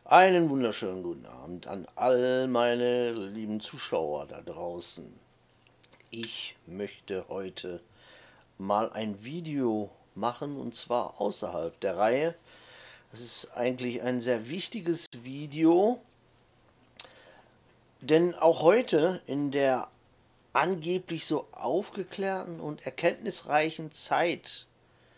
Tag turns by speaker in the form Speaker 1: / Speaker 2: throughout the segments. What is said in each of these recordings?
Speaker 1: Einen wunderschönen guten Abend an all meine lieben Zuschauer da draußen. Ich möchte heute mal ein Video machen, und zwar außerhalb der Reihe. Es ist eigentlich ein sehr wichtiges Video, denn auch heute in der angeblich so aufgeklärten und erkenntnisreichen Zeit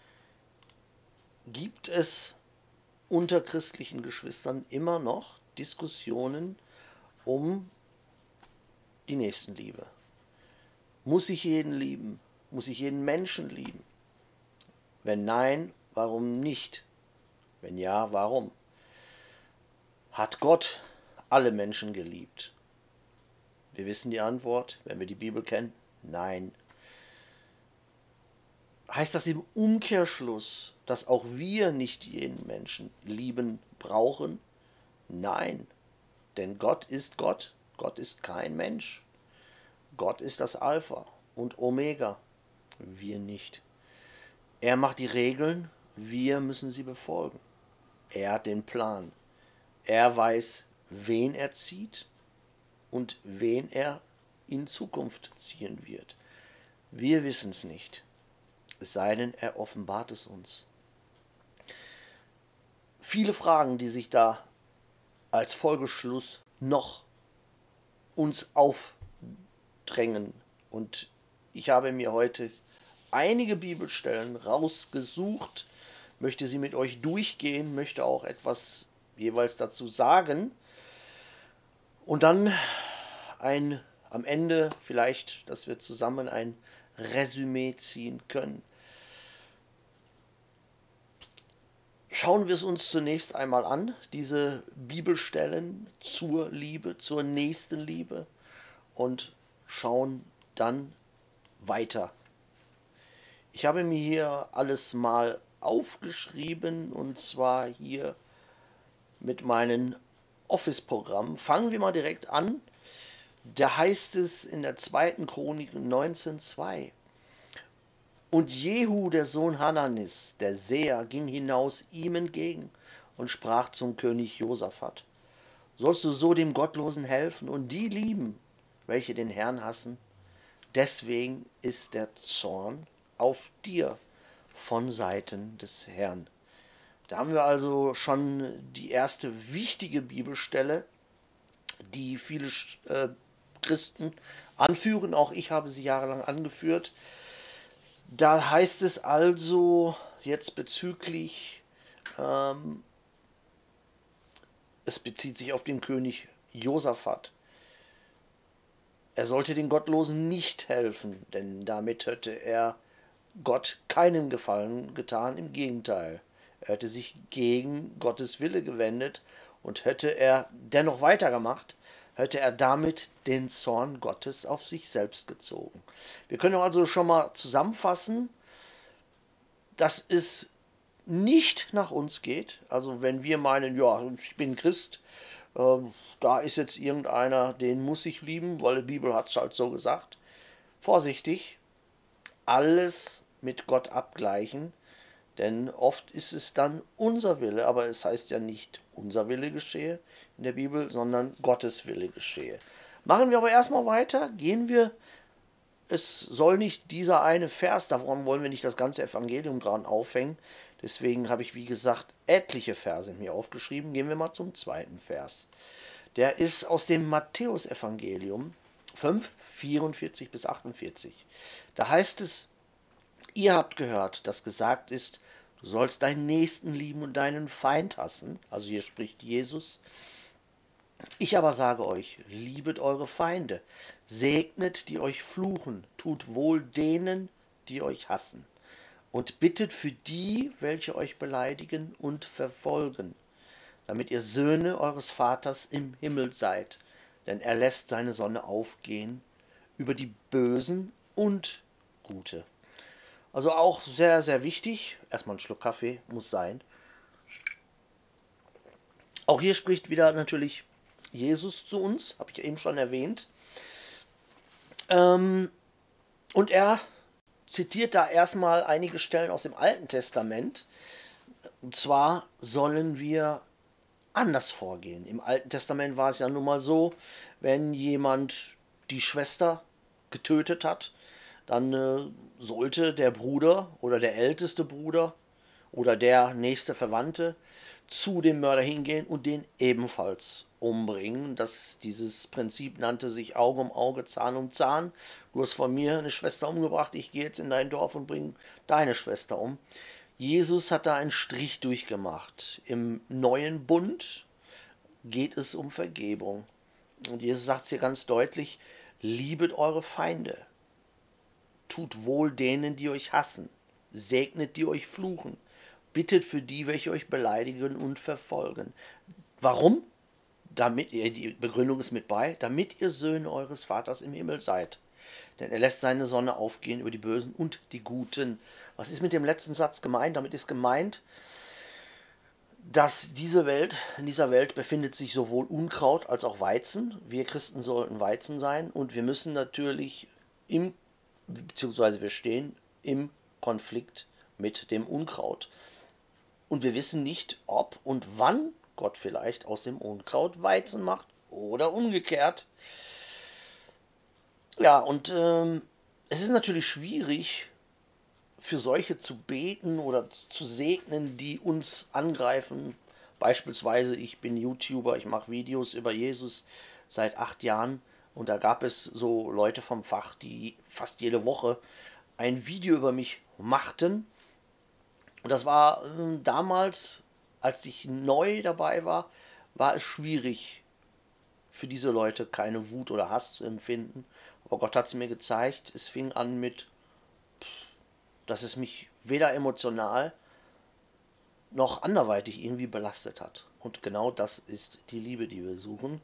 Speaker 1: gibt es unter christlichen Geschwistern immer noch Diskussionen um die Nächstenliebe. Muss ich jeden lieben? Muss ich jeden Menschen lieben? Wenn nein, warum nicht? Wenn ja, warum? Hat Gott alle Menschen geliebt? Wir wissen die Antwort, wenn wir die Bibel kennen, nein. Heißt das im Umkehrschluss, dass auch wir nicht jeden Menschen lieben brauchen? Nein, denn Gott ist Gott. Gott ist kein Mensch. Gott ist das Alpha und Omega. Wir nicht. Er macht die Regeln, wir müssen sie befolgen. Er hat den Plan. Er weiß, wen er zieht und wen er in Zukunft ziehen wird. Wir wissen es nicht, es sei denn, er offenbart es uns. Viele Fragen, die sich da als Folgeschluss noch uns aufdrängen. Und ich habe mir heute einige Bibelstellen rausgesucht, möchte sie mit euch durchgehen, möchte auch etwas jeweils dazu sagen und dann am Ende vielleicht, dass wir zusammen ein Resümee ziehen können. Schauen wir es uns zunächst einmal an, diese Bibelstellen zur Liebe, zur Nächstenliebe, und schauen dann weiter. Ich habe mir hier alles mal aufgeschrieben, und zwar hier mit meinem Office-Programm. Fangen wir mal direkt an. Da heißt es in der 2. Chronik 19,2: Und Jehu, der Sohn Hananis, der Seher, ging hinaus ihm entgegen und sprach zum König Josaphat: Sollst du so dem Gottlosen helfen und die lieben, welche den Herrn hassen? Deswegen ist der Zorn auf dir von Seiten des Herrn. Da haben wir also schon die erste wichtige Bibelstelle, die viele Christen anführen. Auch ich habe sie jahrelang angeführt. Da heißt es also jetzt bezüglich, es bezieht sich auf den König Josaphat. Er sollte den Gottlosen nicht helfen, denn damit hätte er Gott keinen Gefallen getan, im Gegenteil. Er hätte sich gegen Gottes Wille gewendet, und hätte er dennoch weitergemacht, hätte er damit den Zorn Gottes auf sich selbst gezogen. Wir können also schon mal zusammenfassen, dass es nicht nach uns geht. Also wenn wir meinen, ja, ich bin Christ, da ist jetzt irgendeiner, den muss ich lieben, weil die Bibel hat es halt so gesagt. Vorsichtig, alles mit Gott abgleichen, denn oft ist es dann unser Wille, aber es heißt ja nicht unser Wille geschehe in der Bibel, sondern Gottes Wille geschehe. Machen wir aber erstmal weiter, gehen wir, es soll nicht dieser eine Vers, daran wollen wir nicht das ganze Evangelium dran aufhängen, deswegen habe ich, wie gesagt, etliche Verse mir aufgeschrieben. Gehen wir mal zum zweiten Vers. Der ist aus dem Matthäusevangelium 5, 44 bis 48. Da heißt es: Ihr habt gehört, dass gesagt ist, du sollst deinen Nächsten lieben und deinen Feind hassen. Also hier spricht Jesus. Ich aber sage euch, liebet eure Feinde, segnet, die euch fluchen, tut wohl denen, die euch hassen, und bittet für die, welche euch beleidigen und verfolgen, damit ihr Söhne eures Vaters im Himmel seid, denn er lässt seine Sonne aufgehen über die Bösen und Gute. Also auch sehr, sehr wichtig. Erstmal ein Schluck Kaffee, muss sein. Auch hier spricht wieder natürlich Jesus zu uns, habe ich eben schon erwähnt. Und er zitiert da erstmal einige Stellen aus dem Alten Testament. Und zwar sollen wir anders vorgehen. Im Alten Testament war es ja nun mal so, wenn jemand die Schwester getötet hat, dann sollte der Bruder oder der älteste Bruder oder der nächste Verwandte zu dem Mörder hingehen und den ebenfalls umbringen. Dieses Prinzip nannte sich Auge um Auge, Zahn um Zahn. Du hast von mir eine Schwester umgebracht, ich gehe jetzt in dein Dorf und bringe deine Schwester um. Jesus hat da einen Strich durchgemacht. Im neuen Bund geht es um Vergebung. Und Jesus sagt es hier ganz deutlich, liebet eure Feinde, tut wohl denen, die euch hassen, segnet die euch fluchen, bittet für die, welche euch beleidigen und verfolgen. Warum? Damit ihr, die Begründung ist mit bei, damit ihr Söhne eures Vaters im Himmel seid. Denn er lässt seine Sonne aufgehen über die Bösen und die Guten. Was ist mit dem letzten Satz gemeint? Damit ist gemeint, dass in dieser Welt befindet sich sowohl Unkraut als auch Weizen. Wir Christen sollten Weizen sein und wir müssen natürlich beziehungsweise wir stehen im Konflikt mit dem Unkraut. Und wir wissen nicht, ob und wann Gott vielleicht aus dem Unkraut Weizen macht oder umgekehrt. Ja, und es ist natürlich schwierig, für solche zu beten oder zu segnen, die uns angreifen. Beispielsweise, ich bin YouTuber, ich mache Videos über Jesus seit 8 Jahren und da gab es so Leute vom Fach, die fast jede Woche ein Video über mich machten. Und das war damals, als ich neu dabei war, war es schwierig für diese Leute keine Wut oder Hass zu empfinden. Aber Gott hat es mir gezeigt. Es fing an mit, dass es mich weder emotional noch anderweitig irgendwie belastet hat. Und genau das ist die Liebe, die wir suchen.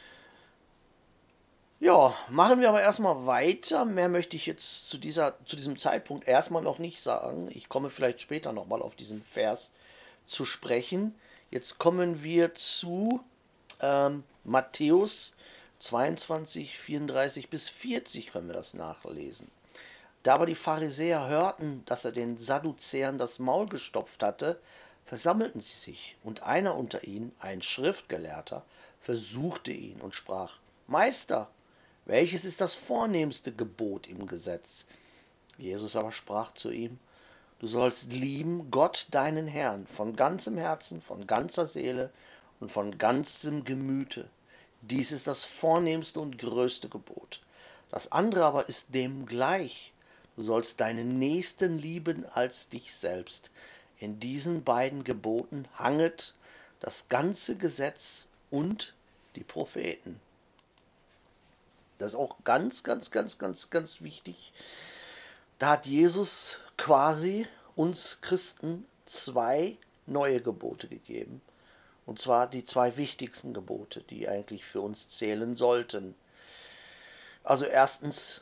Speaker 1: Ja, machen wir aber erstmal weiter. Mehr möchte ich jetzt zu diesem Zeitpunkt erstmal noch nicht sagen. Ich komme vielleicht später nochmal auf diesen Vers zu sprechen. Jetzt kommen wir zu Matthäus 22, 34 bis 40 können wir das nachlesen. Da aber die Pharisäer hörten, dass er den Sadduzäern das Maul gestopft hatte, versammelten sie sich, und einer unter ihnen, ein Schriftgelehrter, versuchte ihn und sprach: Meister, welches ist das vornehmste Gebot im Gesetz? Jesus aber sprach zu ihm: Du sollst lieben Gott, deinen Herrn, von ganzem Herzen, von ganzer Seele und von ganzem Gemüte. Dies ist das vornehmste und größte Gebot. Das andere aber ist dem gleich. Du sollst deinen Nächsten lieben als dich selbst. In diesen beiden Geboten hanget das ganze Gesetz und die Propheten. Das ist auch ganz, ganz, ganz, ganz, ganz wichtig. Da hat Jesus quasi uns Christen 2 neue Gebote gegeben. Und zwar die 2 wichtigsten Gebote, die eigentlich für uns zählen sollten. Also erstens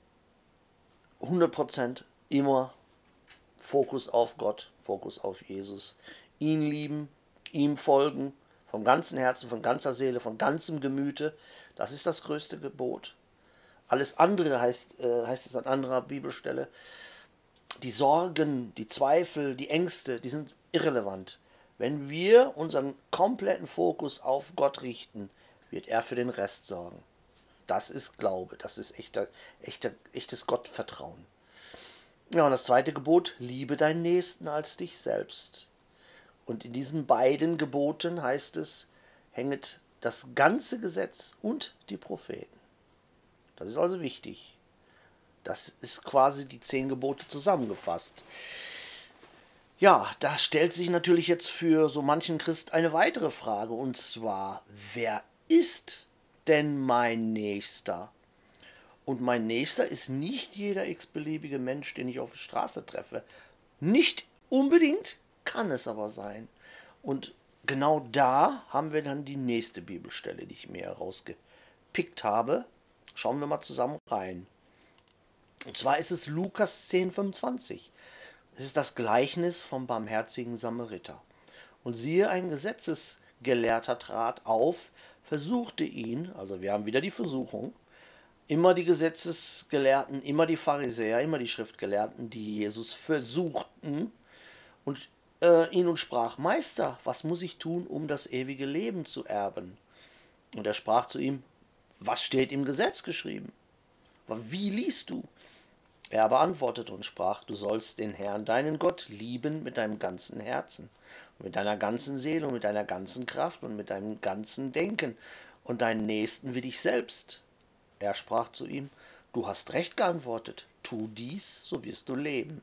Speaker 1: 100% immer Fokus auf Gott, Fokus auf Jesus. Ihn lieben, ihm folgen, vom ganzen Herzen, von ganzer Seele, von ganzem Gemüte. Das ist das größte Gebot. Alles andere heißt es an anderer Bibelstelle. Die Sorgen, die Zweifel, die Ängste, die sind irrelevant. Wenn wir unseren kompletten Fokus auf Gott richten, wird er für den Rest sorgen. Das ist Glaube, das ist echtes Gottvertrauen. Ja, und das zweite Gebot, liebe deinen Nächsten als dich selbst. Und in diesen beiden Geboten heißt es, hänget das ganze Gesetz und die Propheten. Das ist also wichtig. Das ist quasi die 10 Gebote zusammengefasst. Ja, da stellt sich natürlich jetzt für so manchen Christ eine weitere Frage, und zwar, wer ist denn mein Nächster? Und mein Nächster ist nicht jeder x-beliebige Mensch, den ich auf der Straße treffe. Nicht unbedingt, kann es aber sein. Und genau da haben wir dann die nächste Bibelstelle, die ich mir herausgepickt habe. Schauen wir mal zusammen rein. Und zwar ist es Lukas 10,25. Es ist das Gleichnis vom barmherzigen Samariter. Und siehe, ein Gesetzesgelehrter trat auf, versuchte ihn, also wir haben wieder die Versuchung, immer die Gesetzesgelehrten, immer die Pharisäer, immer die Schriftgelehrten, die Jesus versuchten. Und ihn und sprach: Meister, was muss ich tun, um das ewige Leben zu erben? Und er sprach zu ihm: Was steht im Gesetz geschrieben? Wie liest du? Er aber antwortete und sprach: Du sollst den Herrn, deinen Gott, lieben mit deinem ganzen Herzen, und mit deiner ganzen Seele und mit deiner ganzen Kraft und mit deinem ganzen Denken und deinen Nächsten wie dich selbst. Er sprach zu ihm: Du hast recht geantwortet, tu dies, so wirst du leben.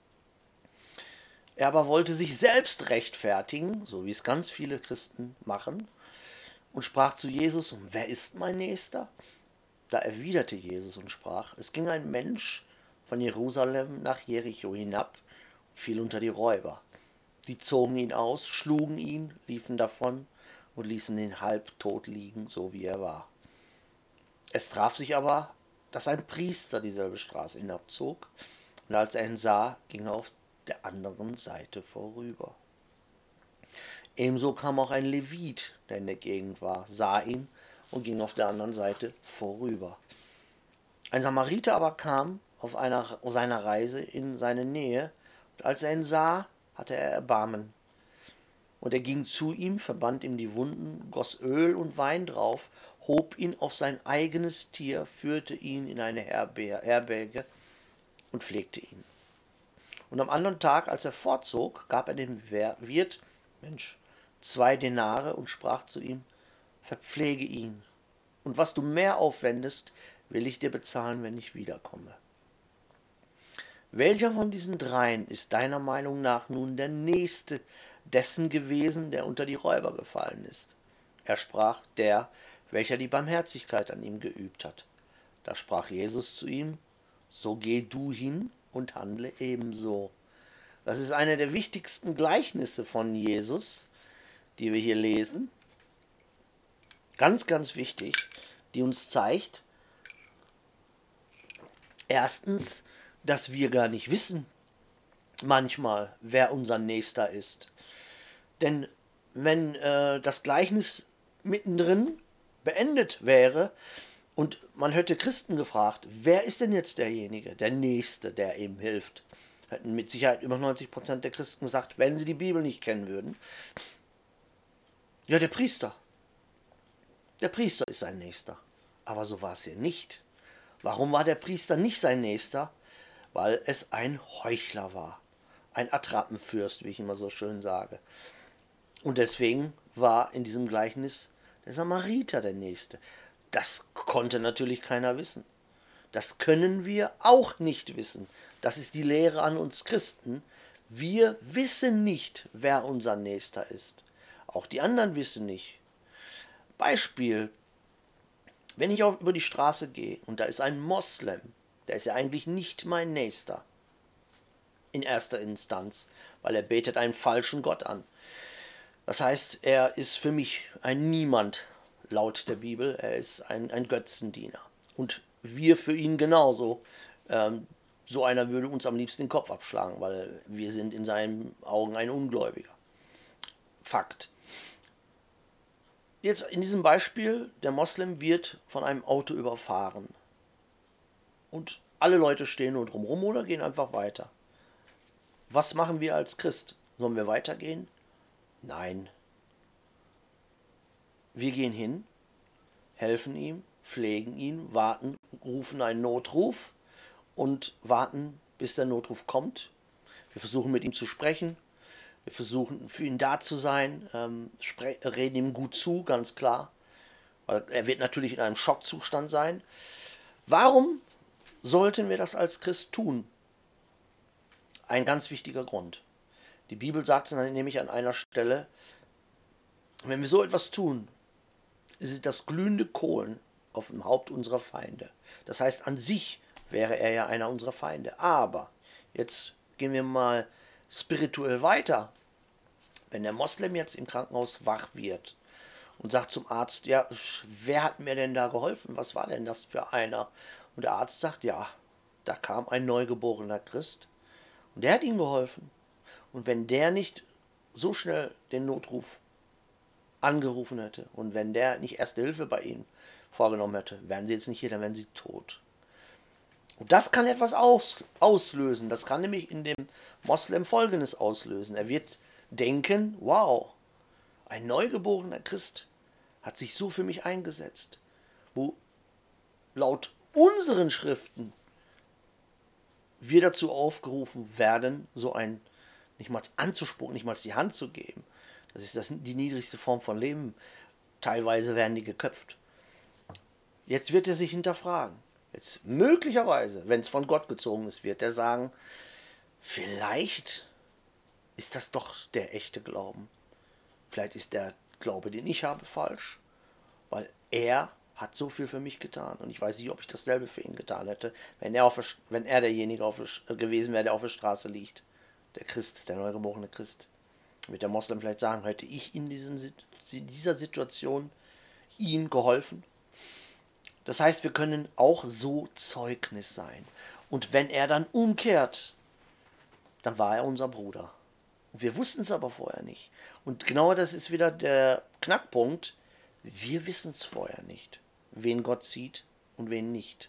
Speaker 1: Er aber wollte sich selbst rechtfertigen, so wie es ganz viele Christen machen, und sprach zu Jesus: Und wer ist mein Nächster? Da erwiderte Jesus und sprach: Es ging ein Mensch von Jerusalem nach Jericho hinab und fiel unter die Räuber. Die zogen ihn aus, schlugen ihn, liefen davon und ließen ihn halbtot liegen, so wie er war. Es traf sich aber, dass ein Priester dieselbe Straße hinabzog, und als er ihn sah, ging er auf der anderen Seite vorüber. Ebenso kam auch ein Levit, der in der Gegend war, sah ihn und ging auf der anderen Seite vorüber. Ein Samariter aber kam auf seiner Reise in seine Nähe, und als er ihn sah, hatte er Erbarmen. Und er ging zu ihm, verband ihm die Wunden, goss Öl und Wein drauf, hob ihn auf sein eigenes Tier, führte ihn in eine Herberge und pflegte ihn. Und am anderen Tag, als er fortzog, gab er dem Wirt, 2 Denare und sprach zu ihm: Verpflege ihn, und was du mehr aufwendest, will ich dir bezahlen, wenn ich wiederkomme. Welcher von diesen dreien ist deiner Meinung nach nun der Nächste dessen gewesen, der unter die Räuber gefallen ist? Er sprach: Der, welcher die Barmherzigkeit an ihm geübt hat. Da sprach Jesus zu ihm: So geh du hin und handle ebenso. Das ist eine der wichtigsten Gleichnisse von Jesus, die wir hier lesen. Ganz, ganz wichtig, die uns zeigt, erstens, dass wir gar nicht wissen, manchmal, wer unser Nächster ist. Denn wenn das Gleichnis mittendrin beendet wäre und man hätte Christen gefragt, wer ist denn jetzt derjenige, der Nächste, der ihm hilft, hätten mit Sicherheit über 90% der Christen gesagt, wenn sie die Bibel nicht kennen würden: Ja, der Priester. Der Priester ist sein Nächster. Aber so war es hier nicht. Warum war der Priester nicht sein Nächster? Weil es ein Heuchler war. Ein Attrappenfürst, wie ich immer so schön sage. Und deswegen war in diesem Gleichnis der Samariter der Nächste. Das konnte natürlich keiner wissen. Das können wir auch nicht wissen. Das ist die Lehre an uns Christen. Wir wissen nicht, wer unser Nächster ist. Auch die anderen wissen nicht. Beispiel: Wenn ich über die Straße gehe und da ist ein Moslem, der ist ja eigentlich nicht mein Nächster in erster Instanz, weil er betet einen falschen Gott an. Das heißt, er ist für mich ein Niemand laut der Bibel, er ist ein Götzendiener. Und wir für ihn genauso. So einer würde uns am liebsten den Kopf abschlagen, weil wir sind in seinen Augen ein Ungläubiger. Fakt. Jetzt in diesem Beispiel, der Moslem wird von einem Auto überfahren. Und alle Leute stehen nur drumherum oder gehen einfach weiter. Was machen wir als Christ? Sollen wir weitergehen? Nein. Wir gehen hin, helfen ihm, pflegen ihn, warten, rufen einen Notruf und warten, bis der Notruf kommt. Wir versuchen mit ihm zu sprechen. Wir versuchen für ihn da zu sein, reden ihm gut zu, ganz klar. Weil er wird natürlich in einem Schockzustand sein. Warum sollten wir das als Christ tun? Ein ganz wichtiger Grund. Die Bibel sagt es nämlich an einer Stelle: Wenn wir so etwas tun, ist es das glühende Kohlen auf dem Haupt unserer Feinde. Das heißt, an sich wäre er ja einer unserer Feinde. Aber jetzt gehen wir mal spirituell weiter. Wenn der Moslem jetzt im Krankenhaus wach wird und sagt zum Arzt: Ja, wer hat mir denn da geholfen? Was war denn das für einer? Und der Arzt sagt: Ja, da kam ein neugeborener Christ und der hat ihm geholfen. Und wenn der nicht so schnell den Notruf angerufen hätte und wenn der nicht Erste Hilfe bei ihnen vorgenommen hätte, wären sie jetzt nicht hier, dann wären sie tot. Und das kann etwas auslösen. Das kann nämlich in dem Moslem Folgendes auslösen. Er wird denken, wow, ein neugeborener Christ hat sich so für mich eingesetzt, wo laut unseren Schriften wir dazu aufgerufen werden, so ein nicht mal anzuspornen, nicht mal die Hand zu geben. Das ist die niedrigste Form von Leben. Teilweise werden die geköpft. Jetzt wird er sich hinterfragen. Jetzt möglicherweise, wenn es von Gott gezogen ist, wird er sagen, vielleicht ist das doch der echte Glauben. Vielleicht ist der Glaube, den ich habe, falsch, weil er hat so viel für mich getan. Und ich weiß nicht, ob ich dasselbe für ihn getan hätte, wenn er derjenige gewesen wäre, der auf der Straße liegt. Der Christ, der neugeborene Christ. Wird der Moslem vielleicht sagen, hätte ich in dieser Situation ihm geholfen? Das heißt, wir können auch so Zeugnis sein. Und wenn er dann umkehrt, dann war er unser Bruder. Und wir wussten es aber vorher nicht. Und genau das ist wieder der Knackpunkt. Wir wissen es vorher nicht, wen Gott sieht und wen nicht.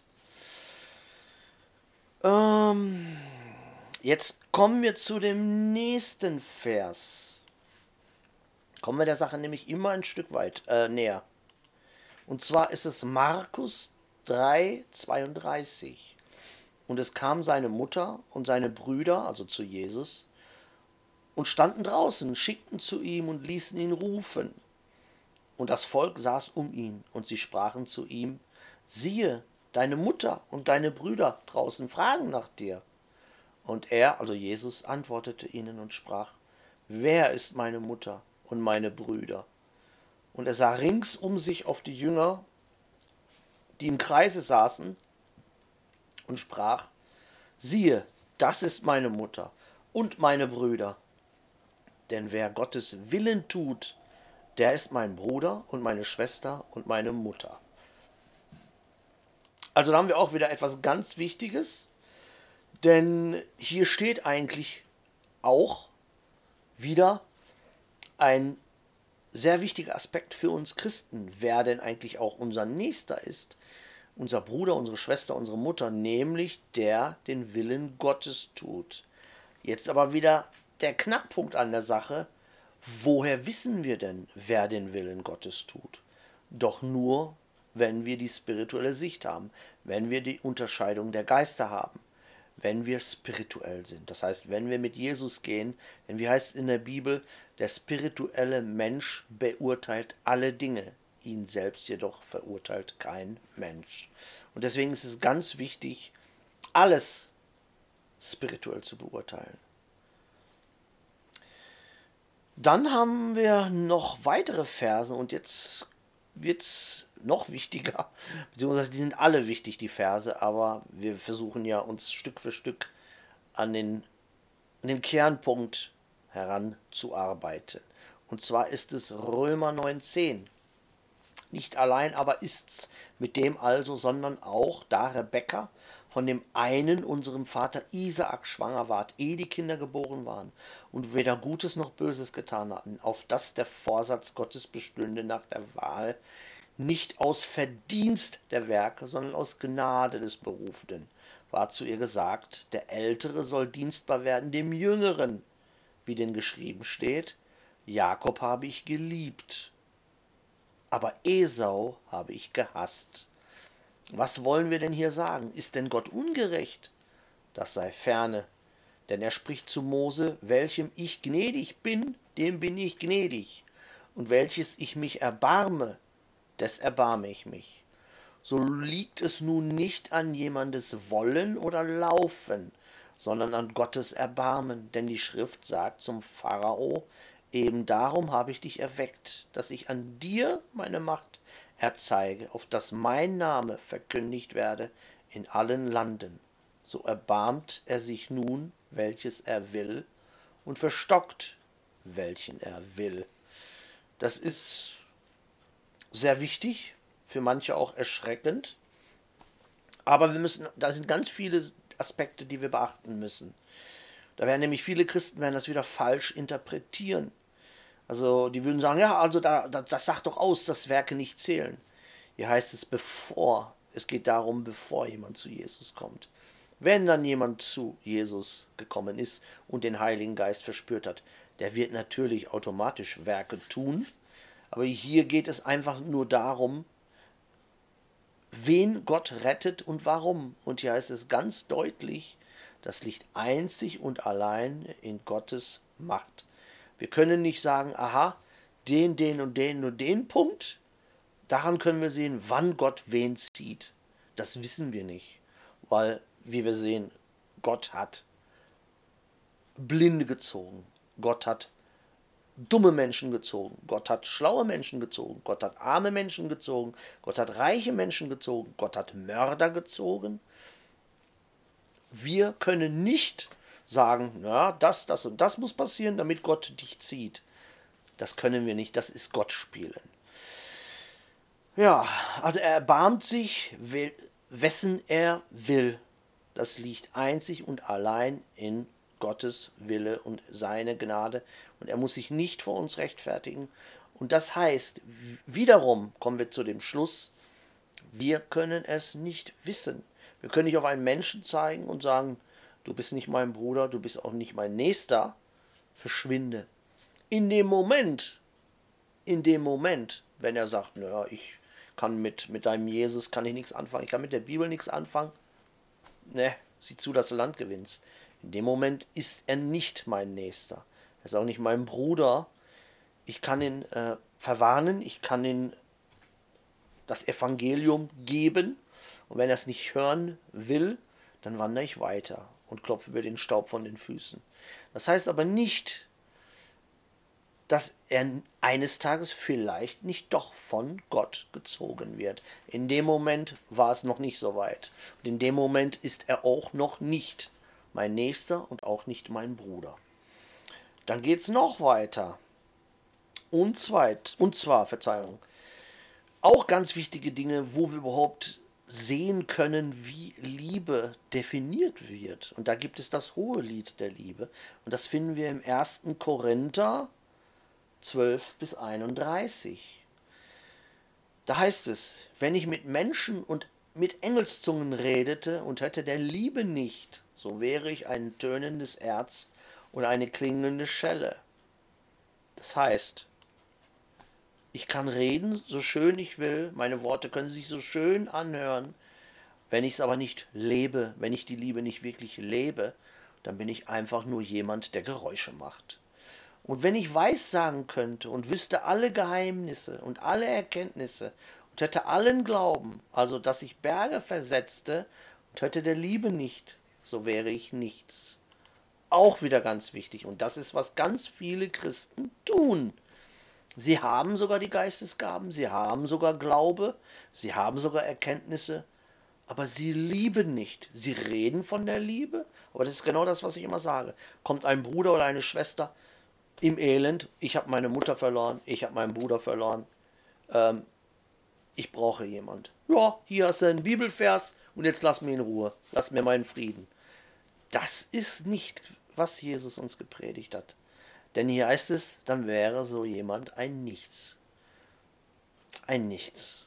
Speaker 1: Jetzt kommen wir zu dem nächsten Vers. Kommen wir der Sache nämlich immer ein Stück weit näher. Und zwar ist es Markus 3,32. Und es kam seine Mutter und seine Brüder, also zu Jesus, und standen draußen, schickten zu ihm und ließen ihn rufen. Und das Volk saß um ihn, und sie sprachen zu ihm, siehe, deine Mutter und deine Brüder draußen fragen nach dir. Und er, also Jesus, antwortete ihnen und sprach, wer ist meine Mutter und meine Brüder? Und er sah rings um sich auf die Jünger, die im Kreise saßen, und sprach, siehe, das ist meine Mutter und meine Brüder. Denn wer Gottes Willen tut, der ist mein Bruder und meine Schwester und meine Mutter. Also da haben wir auch wieder etwas ganz Wichtiges, denn hier steht eigentlich auch wieder ein sehr wichtiger Aspekt für uns Christen, wer denn eigentlich auch unser Nächster ist, unser Bruder, unsere Schwester, unsere Mutter, nämlich der den Willen Gottes tut. Jetzt aber wieder der Knackpunkt an der Sache, woher wissen wir denn, wer den Willen Gottes tut? Doch nur, wenn wir die spirituelle Sicht haben, wenn wir die Unterscheidung der Geister haben, wenn wir spirituell sind. Das heißt, wenn wir mit Jesus gehen, denn wie heißt es in der Bibel, der spirituelle Mensch beurteilt alle Dinge, ihn selbst jedoch verurteilt kein Mensch. Und deswegen ist es ganz wichtig, alles spirituell zu beurteilen. Dann haben wir noch weitere Verse und jetzt wird es noch wichtiger, beziehungsweise die sind alle wichtig, die Verse, aber wir versuchen ja uns Stück für Stück an den Kernpunkt heranzuarbeiten. Und zwar ist es Römer 9,10. Nicht allein aber ist's mit dem also, sondern auch, da Rebekka von dem einen, unserem Vater Isaak, schwanger ward, ehe die Kinder geboren waren und weder Gutes noch Böses getan hatten, auf dass der Vorsatz Gottes bestünde nach der Wahl, nicht aus Verdienst der Werke, sondern aus Gnade des Berufenen, war zu ihr gesagt, der Ältere soll dienstbar werden dem Jüngeren, wie denn geschrieben steht, Jakob habe ich geliebt, aber Esau habe ich gehasst. Was wollen wir denn hier sagen? Ist denn Gott ungerecht? Das sei ferne. Denn er spricht zu Mose, welchem ich gnädig bin, dem bin ich gnädig. Und welches ich mich erbarme, des erbarme ich mich. So liegt es nun nicht an jemandes Wollen oder Laufen, sondern an Gottes Erbarmen. Denn die Schrift sagt zum Pharao, eben darum habe ich dich erweckt, dass ich an dir meine Macht erzeige, auf dass mein Name verkündigt werde in allen Landen. So erbarmt er sich nun, welches er will, und verstockt, welchen er will. Das ist sehr wichtig, für manche auch erschreckend, aber da sind ganz viele Aspekte, die wir beachten müssen. Da werden nämlich viele Christen das wieder falsch interpretieren. Also die würden sagen, ja, also das sagt doch aus, dass Werke nicht zählen. Hier heißt es bevor. Es geht darum, bevor jemand zu Jesus kommt. Wenn dann jemand zu Jesus gekommen ist und den Heiligen Geist verspürt hat, der wird natürlich automatisch Werke tun. Aber hier geht es einfach nur darum, wen Gott rettet und warum. Und hier heißt es ganz deutlich, das liegt einzig und allein in Gottes Macht. Wir können nicht sagen, aha, den und den Punkt, daran können wir sehen, wann Gott wen zieht. Das wissen wir nicht, weil, wie wir sehen, Gott hat Blinde gezogen, Gott hat dumme Menschen gezogen, Gott hat schlaue Menschen gezogen, Gott hat arme Menschen gezogen, Gott hat reiche Menschen gezogen, Gott hat Mörder gezogen. Wir können nicht sagen, na, das und das muss passieren, damit Gott dich zieht. Das können wir nicht, das ist Gott spielen. Ja, also er erbarmt sich, wessen er will. Das liegt einzig und allein in Gottes Wille und seine Gnade. Und er muss sich nicht vor uns rechtfertigen. Und das heißt, wiederum kommen wir zu dem Schluss, wir können es nicht wissen. Wir können nicht auf einen Menschen zeigen und sagen, du bist nicht mein Bruder, du bist auch nicht mein Nächster, verschwinde. In dem Moment, wenn er sagt, naja, ich kann mit deinem Jesus kann ich nichts anfangen, ich kann mit der Bibel nichts anfangen, ne, sieh zu, dass du Land gewinnst. In dem Moment ist er nicht mein Nächster. Er ist auch nicht mein Bruder. Ich kann ihn verwarnen, ich kann ihn das Evangelium geben. Und wenn er es nicht hören will, dann wandere ich weiter und klopfe über den Staub von den Füßen. Das heißt aber nicht, dass er eines Tages vielleicht nicht doch von Gott gezogen wird. In dem Moment war es noch nicht so weit. Und in dem Moment ist er auch noch nicht mein Nächster und auch nicht mein Bruder. Dann geht es noch weiter. Und zwar, auch ganz wichtige Dinge, wo wir überhaupt sehen können, wie Liebe definiert wird. Und da gibt es das Hohelied der Liebe. Und das finden wir im 1. Korinther 12 bis 31. Da heißt es, wenn ich mit Menschen und mit Engelszungen redete und hätte der Liebe nicht, so wäre ich ein tönendes Erz oder eine klingende Schelle. Das heißt, ich kann reden, so schön ich will, meine Worte können sich so schön anhören, wenn ich es aber nicht lebe, wenn ich die Liebe nicht wirklich lebe, dann bin ich einfach nur jemand, der Geräusche macht. Und wenn ich weissagen könnte und wüsste alle Geheimnisse und alle Erkenntnisse und hätte allen Glauben, also dass ich Berge versetzte und hätte der Liebe nicht, so wäre ich nichts. Auch wieder ganz wichtig. Und das ist, was ganz viele Christen tun. Sie haben sogar die Geistesgaben, sie haben sogar Glaube, sie haben sogar Erkenntnisse, aber sie lieben nicht. Sie reden von der Liebe, aber das ist genau das, was ich immer sage. Kommt ein Bruder oder eine Schwester im Elend, ich habe meine Mutter verloren, ich habe meinen Bruder verloren, ich brauche jemand. Ja, hier hast du einen Bibelvers und jetzt lass mir in Ruhe, lass mir meinen Frieden. Das ist nicht, was Jesus uns gepredigt hat. Denn hier heißt es, dann wäre so jemand ein Nichts. Ein Nichts.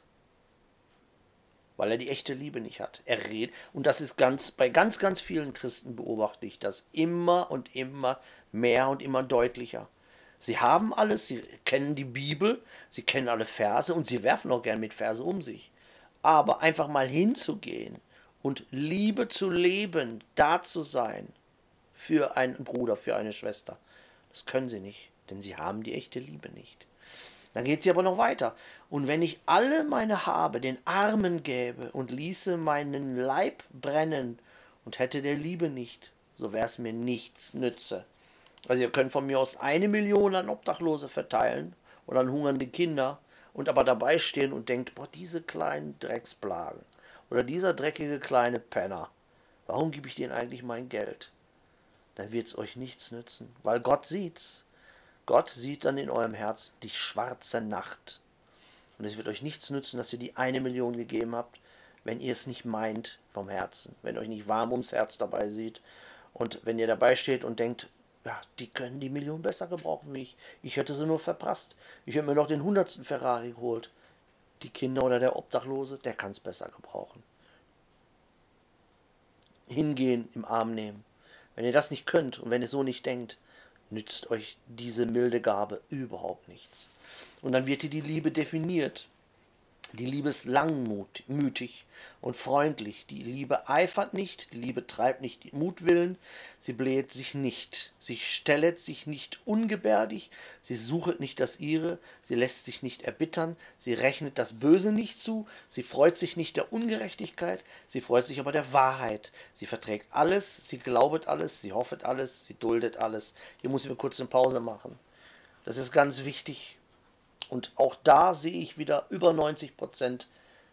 Speaker 1: Weil er die echte Liebe nicht hat. Er redet, und das ist bei ganz, ganz vielen Christen beobachte ich das immer und immer mehr und immer deutlicher. Sie haben alles, sie kennen die Bibel, sie kennen alle Verse und sie werfen auch gern mit Verse um sich. Aber einfach mal hinzugehen und Liebe zu leben, da zu sein, für einen Bruder, für eine Schwester, das können sie nicht, denn sie haben die echte Liebe nicht. Dann geht sie aber noch weiter. Und wenn ich alle meine Habe den Armen gäbe und ließe meinen Leib brennen und hätte der Liebe nicht, so wäre es mir nichts nütze. Also ihr könnt von mir aus 1 Million an Obdachlose verteilen oder an hungernde Kinder und aber dabei stehen und denkt, boah, diese kleinen Drecksplagen oder dieser dreckige kleine Penner, warum gebe ich denen eigentlich mein Geld? Dann wird es euch nichts nützen, weil Gott sieht's. Gott sieht dann in eurem Herz die schwarze Nacht. Und es wird euch nichts nützen, dass ihr die 1 Million gegeben habt, wenn ihr es nicht meint vom Herzen, wenn euch nicht warm ums Herz dabei sieht und wenn ihr dabei steht und denkt, ja, die können die 1 Million besser gebrauchen wie ich. Ich hätte sie nur verprasst. Ich hätte mir noch den 100. Ferrari geholt. Die Kinder oder der Obdachlose, der kann es besser gebrauchen. hingehen, im Arm nehmen. Wenn ihr das nicht könnt und wenn ihr so nicht denkt, nützt euch diese milde Gabe überhaupt nichts. Und dann wird hier die Liebe definiert. Die Liebe ist langmütig und freundlich. Die Liebe eifert nicht, die Liebe treibt nicht Mutwillen, sie blähet sich nicht, sie stellet sich nicht ungebärdig, sie suchet nicht das Ihre, sie lässt sich nicht erbittern, sie rechnet das Böse nicht zu, sie freut sich nicht der Ungerechtigkeit, sie freut sich aber der Wahrheit. Sie verträgt alles, sie glaubet alles, sie hoffet alles, sie duldet alles. Hier muss ich mir kurz eine Pause machen. Das ist ganz wichtig. Und auch da sehe ich wieder über 90%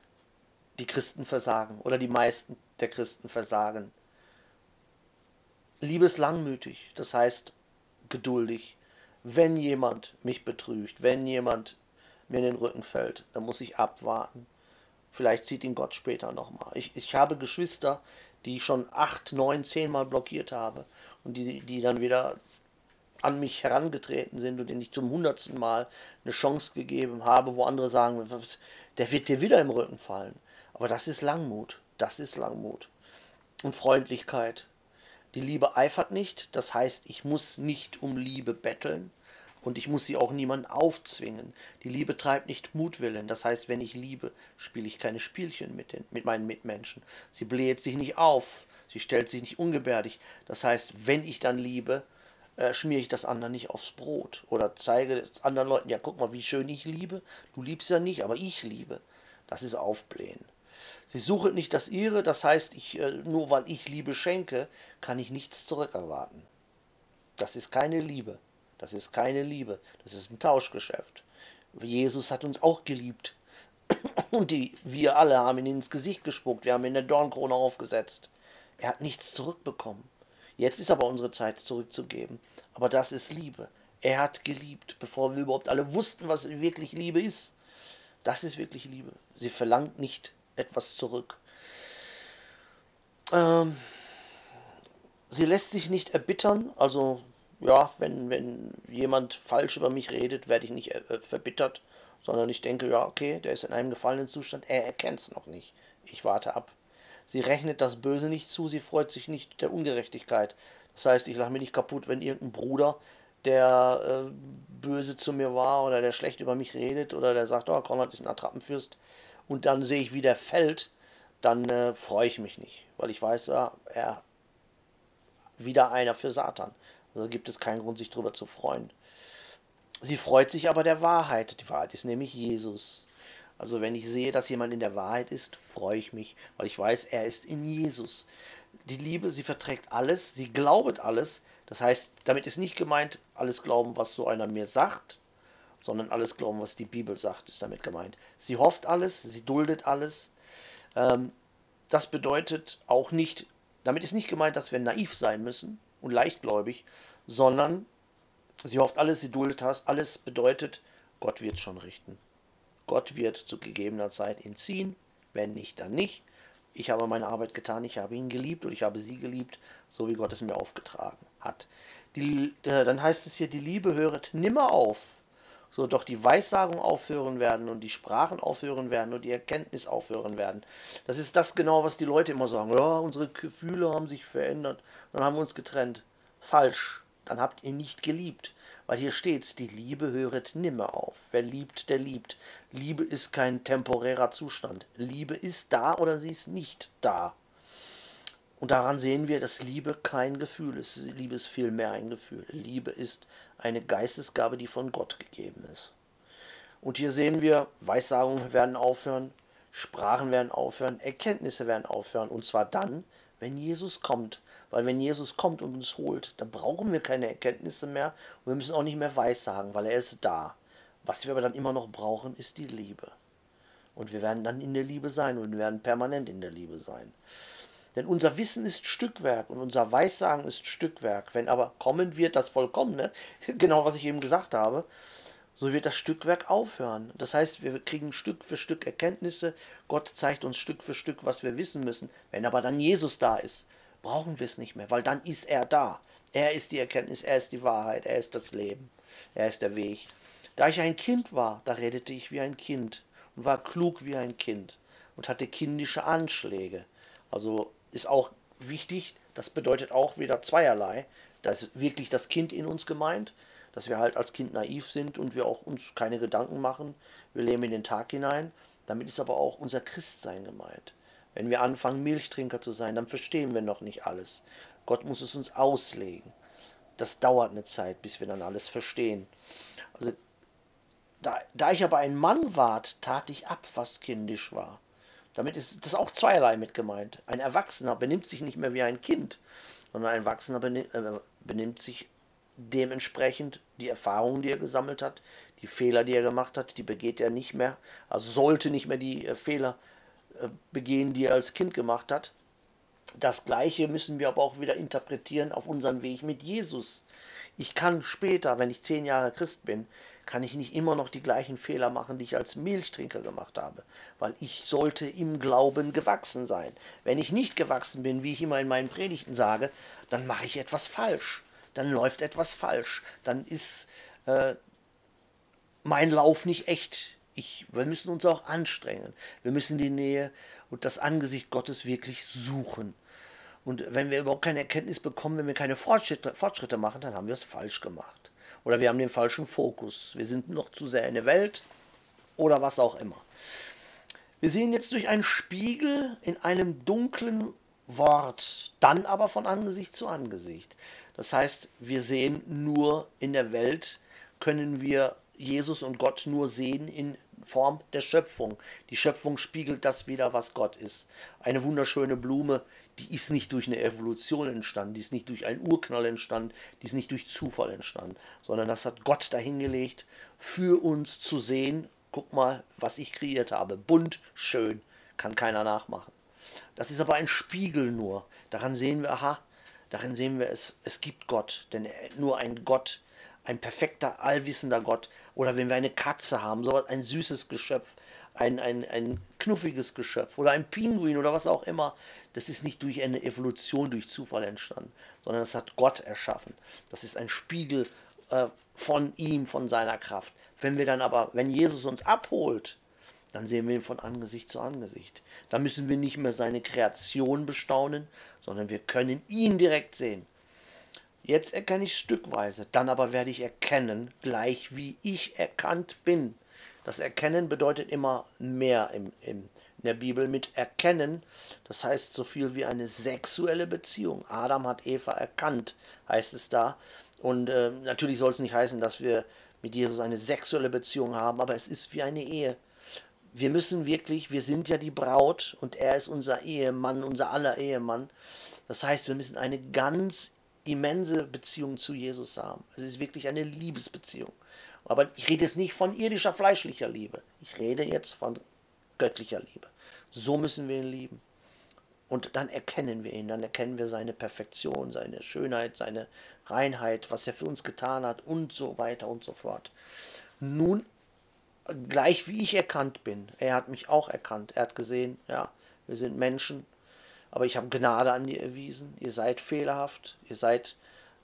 Speaker 1: die Christen versagen oder die meisten der Christen versagen. Liebe ist langmütig, das heißt geduldig. Wenn jemand mich betrügt, wenn jemand mir in den Rücken fällt, dann muss ich abwarten. Vielleicht zieht ihn Gott später nochmal. Ich habe Geschwister, die ich schon 8, 9, 10 Mal blockiert habe und die dann wieder an mich herangetreten sind und denen ich zum 100. Mal eine Chance gegeben habe, wo andere sagen, der wird dir wieder im Rücken fallen. Aber das ist Langmut, das ist Langmut. Und Freundlichkeit. Die Liebe eifert nicht, das heißt, ich muss nicht um Liebe betteln und ich muss sie auch niemandem aufzwingen. Die Liebe treibt nicht Mutwillen, das heißt, wenn ich liebe, spiele ich keine Spielchen mit meinen Mitmenschen. Sie bläht sich nicht auf, sie stellt sich nicht ungebärdig. Das heißt, wenn ich dann liebe, schmiere ich das anderen nicht aufs Brot oder zeige anderen Leuten, ja, guck mal, wie schön ich liebe. Du liebst ja nicht, aber ich liebe. Das ist Aufblähen. Sie suchen nicht das Ihre, das heißt, nur weil ich Liebe schenke, kann ich nichts zurückerwarten. Das ist keine Liebe. Das ist keine Liebe. Das ist ein Tauschgeschäft. Jesus hat uns auch geliebt. Und wir alle haben ihn ins Gesicht gespuckt. Wir haben ihn eine Dornkrone aufgesetzt. Er hat nichts zurückbekommen. Jetzt ist aber unsere Zeit zurückzugeben. Aber das ist Liebe. Er hat geliebt, bevor wir überhaupt alle wussten, was wirklich Liebe ist. Das ist wirklich Liebe. Sie verlangt nicht etwas zurück. Sie lässt sich nicht erbittern. Also, ja, wenn jemand falsch über mich redet, werde ich nicht verbittert, sondern ich denke, ja, okay, der ist in einem gefallenen Zustand. Er erkennt es noch nicht. Ich warte ab. Sie rechnet das Böse nicht zu, sie freut sich nicht der Ungerechtigkeit. Das heißt, ich lache mich nicht kaputt, wenn irgendein Bruder, der böse zu mir war oder der schlecht über mich redet oder der sagt, oh, Konrad ist ein Attrappenfürst und dann sehe ich, wie der fällt, dann freue ich mich nicht, weil ich weiß, ja, er wieder einer für Satan. Also gibt es keinen Grund, sich darüber zu freuen. Sie freut sich aber der Wahrheit. Die Wahrheit ist nämlich Jesus. Also wenn ich sehe, dass jemand in der Wahrheit ist, freue ich mich, weil ich weiß, er ist in Jesus. Die Liebe, sie verträgt alles, sie glaubet alles. Das heißt, damit ist nicht gemeint, alles glauben, was so einer mir sagt, sondern alles glauben, was die Bibel sagt, ist damit gemeint. Sie hofft alles, sie duldet alles. Das bedeutet auch nicht, damit ist nicht gemeint, dass wir naiv sein müssen und leichtgläubig, sondern sie hofft alles, sie duldet alles, bedeutet, Gott wird es schon richten. Gott wird zu gegebener Zeit ihn ziehen, wenn nicht, dann nicht. Ich habe meine Arbeit getan, ich habe ihn geliebt und ich habe sie geliebt, so wie Gott es mir aufgetragen hat. Dann heißt es hier, die Liebe höret nimmer auf, so doch die Weissagung aufhören werden und die Sprachen aufhören werden und die Erkenntnis aufhören werden. Das ist das genau, was die Leute immer sagen. Ja, unsere Gefühle haben sich verändert, dann haben wir uns getrennt. Falsch, dann habt ihr nicht geliebt. Weil hier steht's, die Liebe höret nimmer auf. Wer liebt, der liebt. Liebe ist kein temporärer Zustand. Liebe ist da oder sie ist nicht da. Und daran sehen wir, dass Liebe kein Gefühl ist. Liebe ist vielmehr ein Gefühl. Liebe ist eine Geistesgabe, die von Gott gegeben ist. Und hier sehen wir, Weissagungen werden aufhören, Sprachen werden aufhören, Erkenntnisse werden aufhören. Und zwar dann, wenn Jesus kommt. Weil wenn Jesus kommt und uns holt, dann brauchen wir keine Erkenntnisse mehr und wir müssen auch nicht mehr weissagen, weil er ist da. Was wir aber dann immer noch brauchen, ist die Liebe. Und wir werden dann in der Liebe sein und wir werden permanent in der Liebe sein. Denn unser Wissen ist Stückwerk und unser Weissagen ist Stückwerk. Wenn aber kommen wird das Vollkommene, genau was ich eben gesagt habe, so wird das Stückwerk aufhören. Das heißt, wir kriegen Stück für Stück Erkenntnisse. Gott zeigt uns Stück für Stück, was wir wissen müssen. Wenn aber dann Jesus da ist, brauchen wir es nicht mehr, weil dann ist er da. Er ist die Erkenntnis, er ist die Wahrheit, er ist das Leben, er ist der Weg. Da ich ein Kind war, da redete ich wie ein Kind und war klug wie ein Kind und hatte kindische Anschläge. Also ist auch wichtig, das bedeutet auch wieder zweierlei. Da ist wirklich das Kind in uns gemeint, dass wir halt als Kind naiv sind und wir auch uns keine Gedanken machen. Wir leben in den Tag hinein. Damit ist aber auch unser Christsein gemeint. Wenn wir anfangen, Milchtrinker zu sein, dann verstehen wir noch nicht alles. Gott muss es uns auslegen. Das dauert eine Zeit, bis wir dann alles verstehen. Also, da ich aber ein Mann ward, tat ich ab, was kindisch war. Damit ist das auch zweierlei mit gemeint. Ein Erwachsener benimmt sich nicht mehr wie ein Kind, sondern ein Erwachsener benimmt sich dementsprechend die Erfahrungen, die er gesammelt hat, die Fehler, die er gemacht hat, die begeht er nicht mehr. Also sollte nicht mehr die Fehler begehen, die er als Kind gemacht hat. Das Gleiche müssen wir aber auch wieder interpretieren auf unseren Weg mit Jesus. Ich kann später, wenn ich 10 Jahre Christ bin, kann ich nicht immer noch die gleichen Fehler machen, die ich als Milchtrinker gemacht habe, weil ich sollte im Glauben gewachsen sein. Wenn ich nicht gewachsen bin, wie ich immer in meinen Predigten sage, dann mache ich etwas falsch, dann läuft etwas falsch, dann ist mein Lauf nicht echt. Wir müssen uns auch anstrengen, wir müssen die Nähe und das Angesicht Gottes wirklich suchen. Und wenn wir überhaupt keine Erkenntnis bekommen, wenn wir keine Fortschritte machen, dann haben wir es falsch gemacht. Oder wir haben den falschen Fokus. Wir sind noch zu sehr in der Welt oder was auch immer. Wir sehen jetzt durch einen Spiegel in einem dunklen Wort, dann aber von Angesicht zu Angesicht. Das heißt, wir sehen nur in der Welt, können wir Jesus und Gott nur sehen in Form der Schöpfung. Die Schöpfung spiegelt das wieder, was Gott ist. Eine wunderschöne Blume, die ist nicht durch eine Evolution entstanden, die ist nicht durch einen Urknall entstanden, die ist nicht durch Zufall entstanden, sondern das hat Gott dahingelegt, für uns zu sehen. Guck mal, was ich kreiert habe. Bunt, schön, kann keiner nachmachen. Das ist aber ein Spiegel nur. Daran sehen wir, es gibt Gott, denn nur ein Gott, ein perfekter, allwissender Gott. Oder wenn wir eine Katze haben, sowas, ein süßes Geschöpf, ein knuffiges Geschöpf oder ein Pinguin oder was auch immer, das ist nicht durch eine Evolution, durch Zufall entstanden, sondern das hat Gott erschaffen. Das ist ein Spiegel von ihm, von seiner Kraft. Wenn Jesus uns abholt, dann sehen wir ihn von Angesicht zu Angesicht. Dann müssen wir nicht mehr seine Kreation bestaunen, sondern wir können ihn direkt sehen. Jetzt erkenne ich stückweise, dann aber werde ich erkennen, gleich wie ich erkannt bin. Das Erkennen bedeutet immer mehr in der Bibel mit Erkennen. Das heißt so viel wie eine sexuelle Beziehung. Adam hat Eva erkannt, heißt es da. Und natürlich soll es nicht heißen, dass wir mit Jesus eine sexuelle Beziehung haben, aber es ist wie eine Ehe. Wir sind ja die Braut und er ist unser Ehemann, unser aller Ehemann. Das heißt, wir müssen eine ganz immense Beziehung zu Jesus haben. Es ist wirklich eine Liebesbeziehung. Aber ich rede jetzt nicht von irdischer, fleischlicher Liebe. Ich rede jetzt von göttlicher Liebe. So müssen wir ihn lieben. Und dann erkennen wir ihn, dann erkennen wir seine Perfektion, seine Schönheit, seine Reinheit, was er für uns getan hat und so weiter und so fort. Nun, gleich wie ich erkannt bin, er hat mich auch erkannt. Er hat gesehen, ja, wir sind Menschen, aber ich habe Gnade an dir erwiesen. Ihr seid fehlerhaft, ihr seid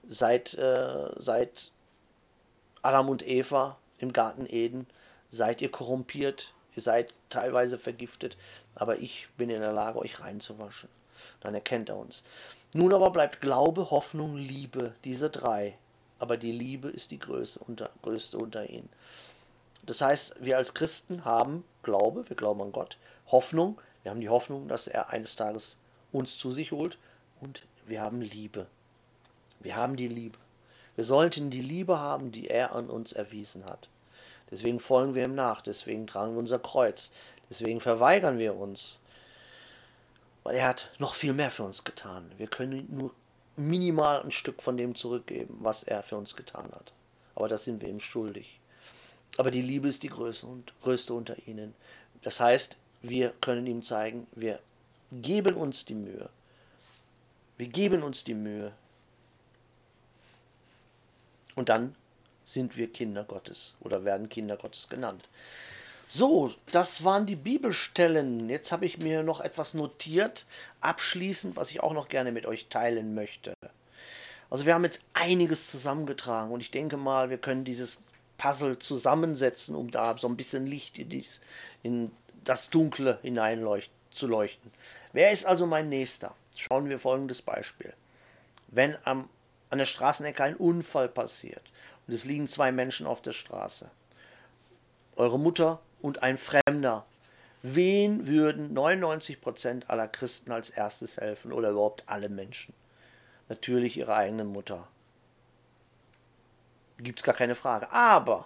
Speaker 1: Adam und Eva im Garten Eden, seid ihr korrumpiert, ihr seid teilweise vergiftet, aber ich bin in der Lage, euch reinzuwaschen. Dann erkennt er uns. Nun aber bleibt Glaube, Hoffnung, Liebe, diese 3. Aber die Liebe ist die größte unter ihnen. Das heißt, wir als Christen haben Glaube, wir glauben an Gott, Hoffnung, wir haben die Hoffnung, dass er eines Tages uns zu sich holt, und wir haben Liebe. Wir haben die Liebe. Wir sollten die Liebe haben, die er an uns erwiesen hat. Deswegen folgen wir ihm nach, deswegen tragen wir unser Kreuz, deswegen verweigern wir uns, weil er hat noch viel mehr für uns getan. Wir können nur minimal ein Stück von dem zurückgeben, was er für uns getan hat. Aber das sind wir ihm schuldig. Aber die Liebe ist die größte unter ihnen. Das heißt, wir können ihm zeigen, wir geben uns die Mühe. Wir geben uns die Mühe. Und dann sind wir Kinder Gottes oder werden Kinder Gottes genannt. So, das waren die Bibelstellen. Jetzt habe ich mir noch etwas notiert, abschließend, was ich auch noch gerne mit euch teilen möchte. Also wir haben jetzt einiges zusammengetragen und ich denke mal, wir können dieses Puzzle zusammensetzen, um da so ein bisschen Licht in das Dunkle zu leuchten. Wer ist also mein Nächster? Schauen wir folgendes Beispiel. Wenn an der Straßenecke ein Unfall passiert und es liegen zwei Menschen auf der Straße, eure Mutter und ein Fremder, wen würden 99% aller Christen als erstes helfen oder überhaupt alle Menschen? Natürlich ihre eigene Mutter. Gibt es gar keine Frage. Aber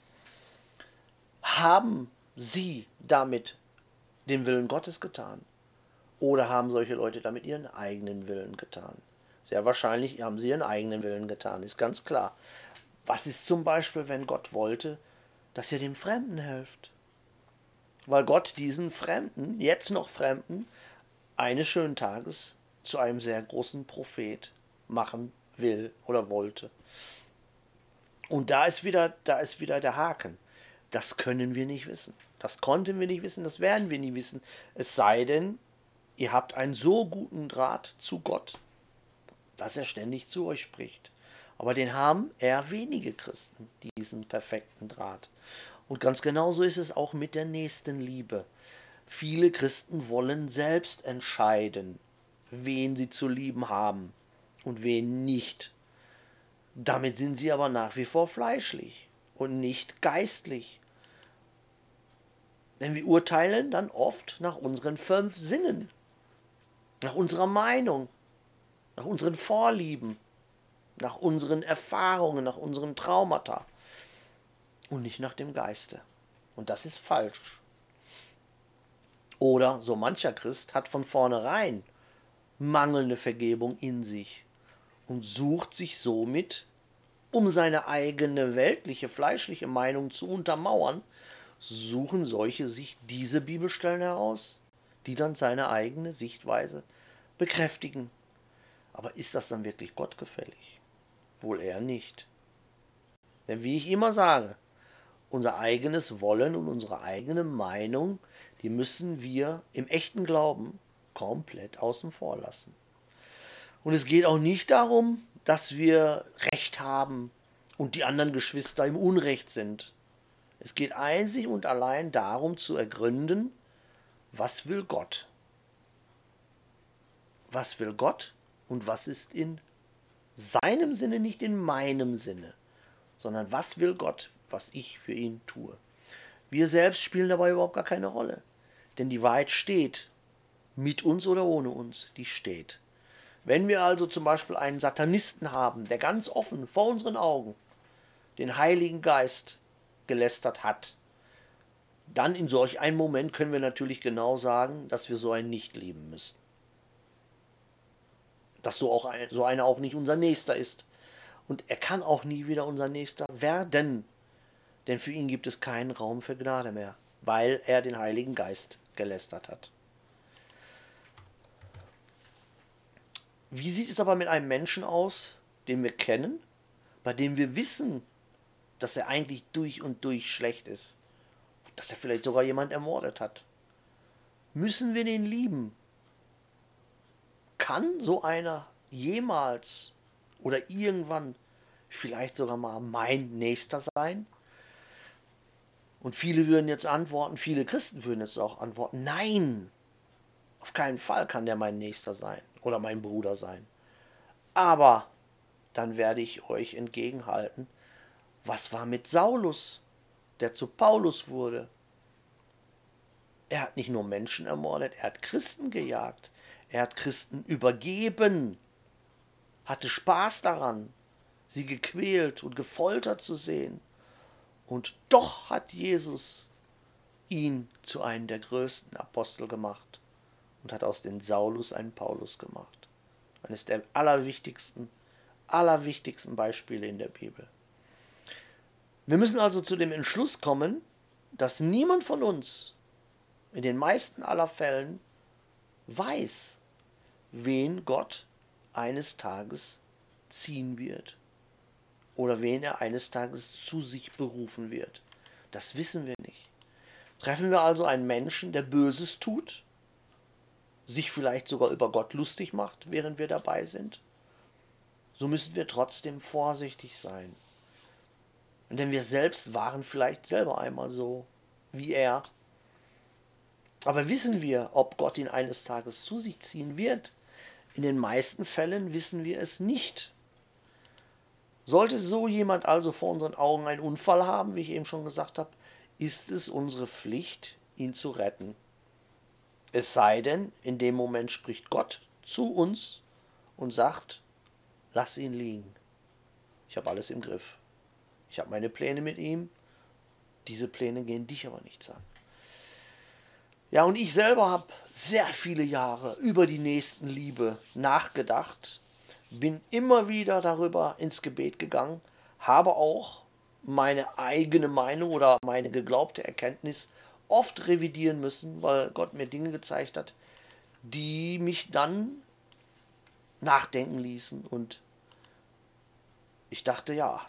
Speaker 1: haben sie damit den Willen Gottes getan? Oder haben solche Leute damit ihren eigenen Willen getan? Sehr wahrscheinlich haben sie ihren eigenen Willen getan, ist ganz klar. Was ist zum Beispiel, wenn Gott wollte, dass ihr dem Fremden helft? Weil Gott diesen Fremden, jetzt noch Fremden, eines schönen Tages zu einem sehr großen Prophet machen will oder wollte. Und da ist wieder der Haken. Das können wir nicht wissen. Das konnten wir nicht wissen, das werden wir nie wissen. Es sei denn, ihr habt einen so guten Draht zu Gott, dass er ständig zu euch spricht. Aber den haben eher wenige Christen, diesen perfekten Draht. Und ganz genauso ist es auch mit der Nächstenliebe. Viele Christen wollen selbst entscheiden, wen sie zu lieben haben und wen nicht. Damit sind sie aber nach wie vor fleischlich und nicht geistlich. Denn wir urteilen dann oft nach unseren 5 Sinnen, nach unserer Meinung, nach unseren Vorlieben, nach unseren Erfahrungen, nach unseren Traumata und nicht nach dem Geiste. Und das ist falsch. Oder so mancher Christ hat von vornherein mangelnde Vergebung in sich und sucht sich somit, um seine eigene weltliche, fleischliche Meinung zu untermauern, suchen solche sich diese Bibelstellen heraus, die dann seine eigene Sichtweise bekräftigen. Aber ist das dann wirklich gottgefällig? Wohl eher nicht. Denn wie ich immer sage, unser eigenes Wollen und unsere eigene Meinung, die müssen wir im echten Glauben komplett außen vor lassen. Und es geht auch nicht darum, dass wir Recht haben und die anderen Geschwister im Unrecht sind. Es geht einzig und allein darum zu ergründen, was will Gott? Was will Gott und was ist in seinem Sinne, nicht in meinem Sinne, sondern was will Gott, was ich für ihn tue. Wir selbst spielen dabei überhaupt gar keine Rolle, denn die Wahrheit steht, mit uns oder ohne uns, die steht. Wenn wir also zum Beispiel einen Satanisten haben, der ganz offen vor unseren Augen den Heiligen Geist gelästert hat, dann in solch einem Moment können wir natürlich genau sagen, dass wir so einen nicht lieben müssen. Dass so einer auch nicht unser Nächster ist. Und er kann auch nie wieder unser Nächster werden. Denn für ihn gibt es keinen Raum für Gnade mehr, weil er den Heiligen Geist gelästert hat. Wie sieht es aber mit einem Menschen aus, den wir kennen, bei dem wir wissen, dass er eigentlich durch und durch schlecht ist, dass er vielleicht sogar jemand ermordet hat? Müssen wir den lieben? Kann so einer jemals oder irgendwann vielleicht sogar mal mein Nächster sein? Und viele würden jetzt antworten, viele Christen würden jetzt auch antworten, nein, auf keinen Fall kann der mein Nächster sein oder mein Bruder sein. Aber dann werde ich euch entgegenhalten, was war mit Saulus, der zu Paulus wurde? Er hat nicht nur Menschen ermordet, er hat Christen gejagt, er hat Christen übergeben, hatte Spaß daran, sie gequält und gefoltert zu sehen. Und doch hat Jesus ihn zu einem der größten Apostel gemacht und hat aus den Saulus einen Paulus gemacht. Eines der allerwichtigsten Beispiele in der Bibel. Wir müssen also zu dem Entschluss kommen, dass niemand von uns in den meisten aller Fällen weiß, wen Gott eines Tages ziehen wird oder wen er eines Tages zu sich berufen wird. Das wissen wir nicht. Treffen wir also einen Menschen, der Böses tut, sich vielleicht sogar über Gott lustig macht, während wir dabei sind, so müssen wir trotzdem vorsichtig sein. Denn wir selbst waren vielleicht selber einmal so wie er. Aber wissen wir, ob Gott ihn eines Tages zu sich ziehen wird? In den meisten Fällen wissen wir es nicht. Sollte so jemand also vor unseren Augen einen Unfall haben, wie ich eben schon gesagt habe, ist es unsere Pflicht, ihn zu retten. Es sei denn, in dem Moment spricht Gott zu uns und sagt, lass ihn liegen. Ich habe alles im Griff. Ich habe meine Pläne mit ihm. Diese Pläne gehen dich aber nichts an. Ja, und ich selber habe sehr viele Jahre über die Nächstenliebe nachgedacht, bin immer wieder darüber ins Gebet gegangen, habe auch meine eigene Meinung oder meine geglaubte Erkenntnis oft revidieren müssen, weil Gott mir Dinge gezeigt hat, die mich dann nachdenken ließen. Und ich dachte, ja,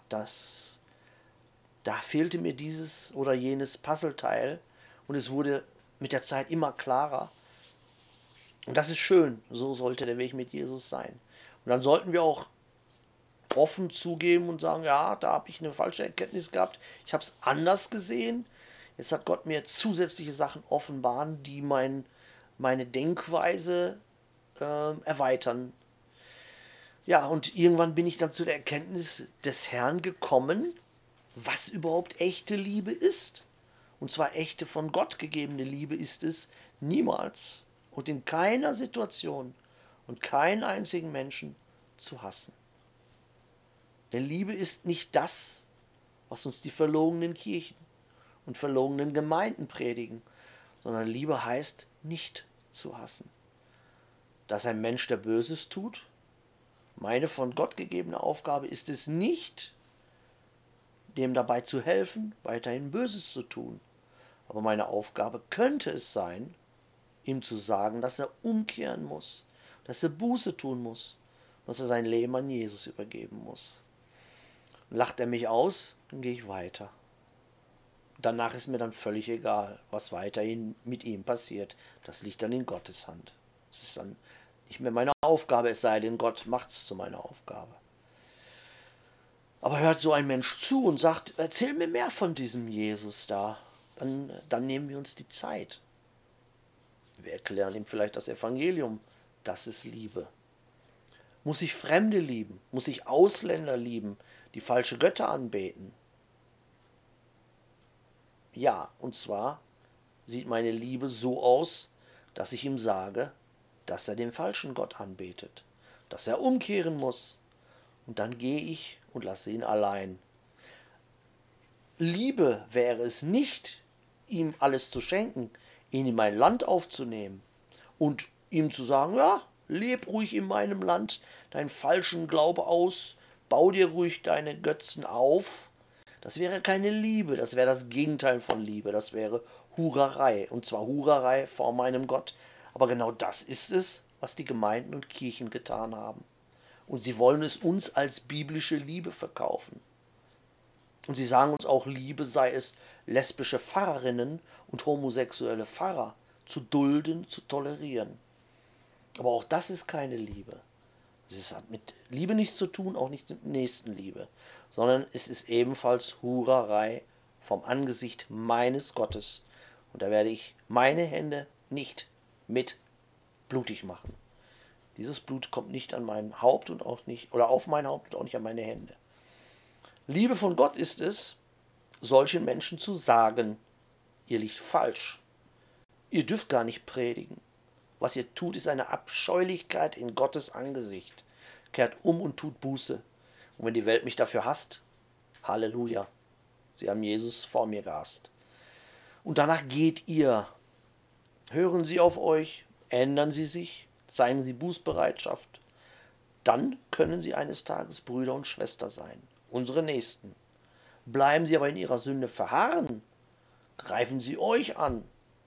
Speaker 1: da fehlte mir dieses oder jenes Puzzleteil und es wurde mit der Zeit immer klarer. Und das ist schön, so sollte der Weg mit Jesus sein. Und dann sollten wir auch offen zugeben und sagen, ja, da habe ich eine falsche Erkenntnis gehabt, ich habe es anders gesehen. Jetzt hat Gott mir zusätzliche Sachen offenbaren, die meine Denkweise erweitern. Ja, und irgendwann bin ich dann zu der Erkenntnis des Herrn gekommen, was überhaupt echte Liebe ist. Und zwar echte von Gott gegebene Liebe ist es niemals und in keiner Situation und keinen einzigen Menschen zu hassen. Denn Liebe ist nicht das, was uns die verlogenen Kirchen und verlogenen Gemeinden predigen, sondern Liebe heißt nicht zu hassen. Dass ein Mensch, der Böses tut, meine von Gott gegebene Aufgabe ist es nicht, dem dabei zu helfen, weiterhin Böses zu tun. Aber meine Aufgabe könnte es sein, ihm zu sagen, dass er umkehren muss, dass er Buße tun muss, dass er sein Leben an Jesus übergeben muss. Lacht er mich aus, dann gehe ich weiter. Danach ist mir dann völlig egal, was weiterhin mit ihm passiert. Das liegt dann in Gottes Hand. Es ist dann nicht mehr meine Aufgabe, es sei denn, Gott macht es zu meiner Aufgabe. Aber hört so ein Mensch zu und sagt, erzähl mir mehr von diesem Jesus da. Dann nehmen wir uns die Zeit. Wir erklären ihm vielleicht das Evangelium. Das ist Liebe. Muss ich Fremde lieben? Muss ich Ausländer lieben, die falsche Götter anbeten? Ja, und zwar sieht meine Liebe so aus, dass ich ihm sage, dass er den falschen Gott anbetet, dass er umkehren muss. Und dann gehe ich und lasse ihn allein. Liebe wäre es nicht, ihm alles zu schenken, ihn in mein Land aufzunehmen und ihm zu sagen, ja, leb ruhig in meinem Land deinen falschen Glaube aus, bau dir ruhig deine Götzen auf. Das wäre keine Liebe, das wäre das Gegenteil von Liebe, das wäre Hurerei, und zwar Hurerei vor meinem Gott. Aber genau das ist es, was die Gemeinden und Kirchen getan haben. Und sie wollen es uns als biblische Liebe verkaufen. Und sie sagen uns auch, Liebe sei es, lesbische Pfarrerinnen und homosexuelle Pfarrer zu dulden, zu tolerieren. Aber auch das ist keine Liebe. Es hat mit Liebe nichts zu tun, auch nicht mit Nächstenliebe, sondern es ist ebenfalls Hurerei vom Angesicht meines Gottes. Und da werde ich meine Hände nicht mit blutig machen. Dieses Blut kommt nicht an mein Haupt und auch nicht, oder auf mein Haupt und auch nicht an meine Hände. Liebe von Gott ist es, solchen Menschen zu sagen, ihr liegt falsch. Ihr dürft gar nicht predigen. Was ihr tut, ist eine Abscheulichkeit in Gottes Angesicht. Kehrt um und tut Buße. Und wenn die Welt mich dafür hasst, Halleluja. Sie haben Jesus vor mir gehasst. Und danach geht ihr. Hören Sie auf euch, ändern Sie sich, zeigen Sie Bußbereitschaft. Dann können Sie eines Tages Brüder und Schwester sein, unsere Nächsten. Bleiben Sie aber in Ihrer Sünde verharren, greifen Sie euch an,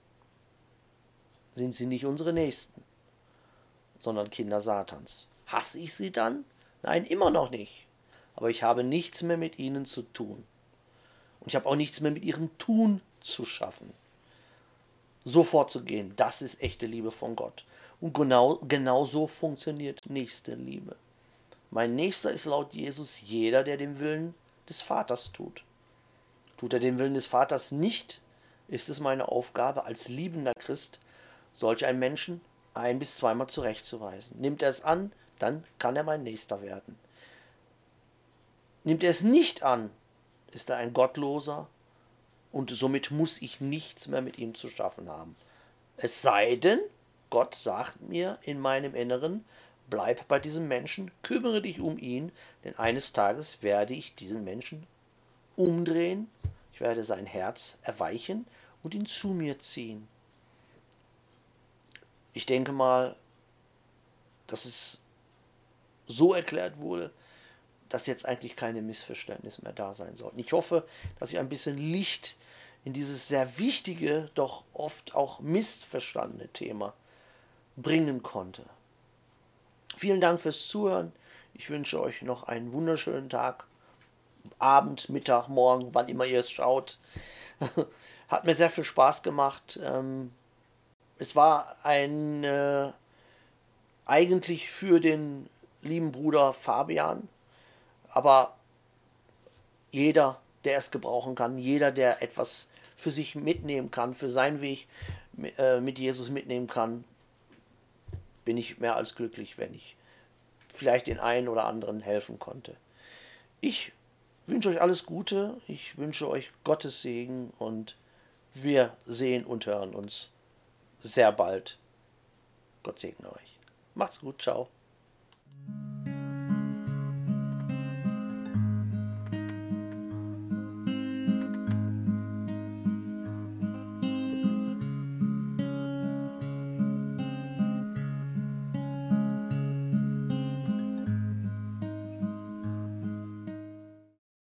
Speaker 1: sind Sie nicht unsere Nächsten, sondern Kinder Satans. Hasse ich Sie dann? Nein, immer noch nicht. Aber ich habe nichts mehr mit ihnen zu tun. Und ich habe auch nichts mehr mit ihrem Tun zu schaffen. So vorzugehen, das ist echte Liebe von Gott. Und genau so funktioniert Nächstenliebe. Mein Nächster ist laut Jesus jeder, der den Willen des Vaters tut. Tut er den Willen des Vaters nicht, ist es meine Aufgabe als liebender Christ, solch einen Menschen ein- bis zweimal zurechtzuweisen. Nimmt er es an, dann kann er mein Nächster werden. Nimmt er es nicht an, ist er ein Gottloser und somit muss ich nichts mehr mit ihm zu schaffen haben. Es sei denn, Gott sagt mir in meinem Inneren, bleib bei diesem Menschen, kümmere dich um ihn, denn eines Tages werde ich diesen Menschen umdrehen, ich werde sein Herz erweichen und ihn zu mir ziehen. Ich denke mal, dass es so erklärt wurde, dass jetzt eigentlich keine Missverständnisse mehr da sein sollten. Ich hoffe, dass ich ein bisschen Licht in dieses sehr wichtige, doch oft auch missverstandene Thema bringen konnte. Vielen Dank fürs Zuhören. Ich wünsche euch noch einen wunderschönen Tag, Abend, Mittag, Morgen, wann immer ihr es schaut. Hat mir sehr viel Spaß gemacht. Es war eigentlich für den lieben Bruder Fabian, aber jeder, der es gebrauchen kann, jeder, der etwas für sich mitnehmen kann, für seinen Weg mit Jesus mitnehmen kann, bin ich mehr als glücklich, wenn ich vielleicht den einen oder anderen helfen konnte. Ich wünsche euch alles Gute, ich wünsche euch Gottes Segen und wir sehen und hören uns sehr bald. Gott segne euch. Macht's gut, ciao.